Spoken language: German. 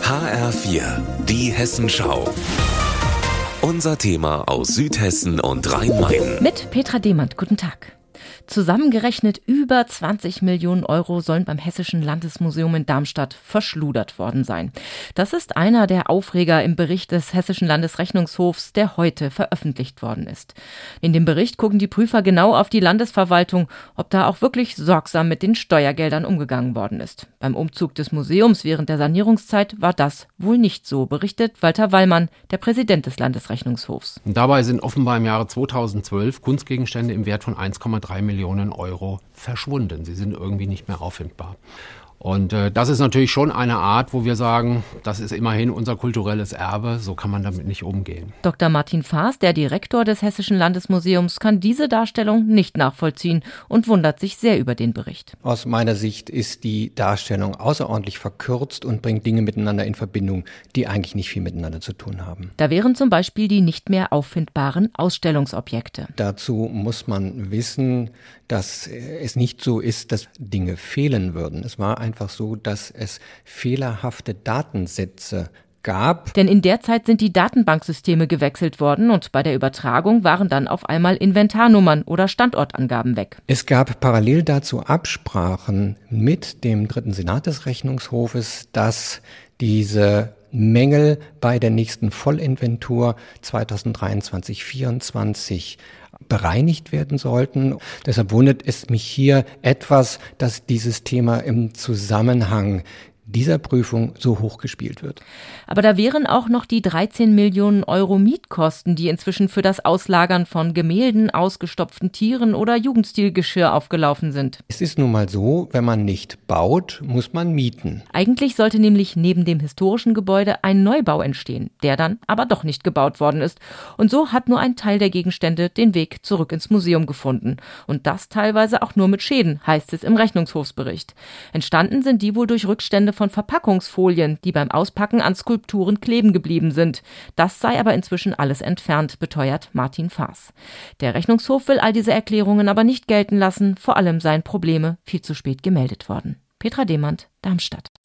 HR4, die Hessenschau. Unser Thema aus Südhessen und Rhein-Main. Mit Petra Demand, guten Tag. Zusammengerechnet über 20 Millionen Euro sollen beim Hessischen Landesmuseum in Darmstadt verschludert worden sein. Das ist einer der Aufreger im Bericht des Hessischen Landesrechnungshofs, der heute veröffentlicht worden ist. In dem Bericht gucken die Prüfer genau auf die Landesverwaltung, ob da auch wirklich sorgsam mit den Steuergeldern umgegangen worden ist. Beim Umzug des Museums während der Sanierungszeit war das wohl nicht so, berichtet Walter Wallmann, der Präsident des Landesrechnungshofs. Dabei sind offenbar im Jahre 2012 Kunstgegenstände im Wert von 1,3 Millionen Euro verschwunden. Sie sind irgendwie nicht mehr auffindbar. Und das ist natürlich schon eine Art, wo wir sagen, das ist immerhin unser kulturelles Erbe, so kann man damit nicht umgehen. Dr. Martin Faas, der Direktor des Hessischen Landesmuseums, kann diese Darstellung nicht nachvollziehen und wundert sich sehr über den Bericht. Aus meiner Sicht ist die Darstellung außerordentlich verkürzt und bringt Dinge miteinander in Verbindung, die eigentlich nicht viel miteinander zu tun haben. Da wären zum Beispiel die nicht mehr auffindbaren Ausstellungsobjekte. Dazu muss man wissen, dass es nicht so ist, dass Dinge fehlen würden. Es war einfach so, dass es fehlerhafte Datensätze gab. Denn in der Zeit sind die Datenbanksysteme gewechselt worden und bei der Übertragung waren dann auf einmal Inventarnummern oder Standortangaben weg. Es gab parallel dazu Absprachen mit dem dritten Senat des Rechnungshofes, dass diese Mängel bei der nächsten Vollinventur 2023/24 bereinigt werden sollten. Deshalb wundert es mich hier etwas, dass dieses Thema im Zusammenhang dieser Prüfung so hoch gespielt wird. Aber da wären auch noch die 13 Millionen Euro Mietkosten, die inzwischen für das Auslagern von Gemälden, ausgestopften Tieren oder Jugendstilgeschirr aufgelaufen sind. Es ist nun mal so, wenn man nicht baut, muss man mieten. Eigentlich sollte nämlich neben dem historischen Gebäude ein Neubau entstehen, der dann aber doch nicht gebaut worden ist. Und so hat nur ein Teil der Gegenstände den Weg zurück ins Museum gefunden. Und das teilweise auch nur mit Schäden, heißt es im Rechnungshofsbericht. Entstanden sind die wohl durch Rückstände von Verpackungsfolien, die beim Auspacken an Skulpturen kleben geblieben sind. Das sei aber inzwischen alles entfernt, beteuert Martin Faas. Der Rechnungshof will all diese Erklärungen aber nicht gelten lassen, vor allem seien Probleme viel zu spät gemeldet worden. Petra Demand, Darmstadt.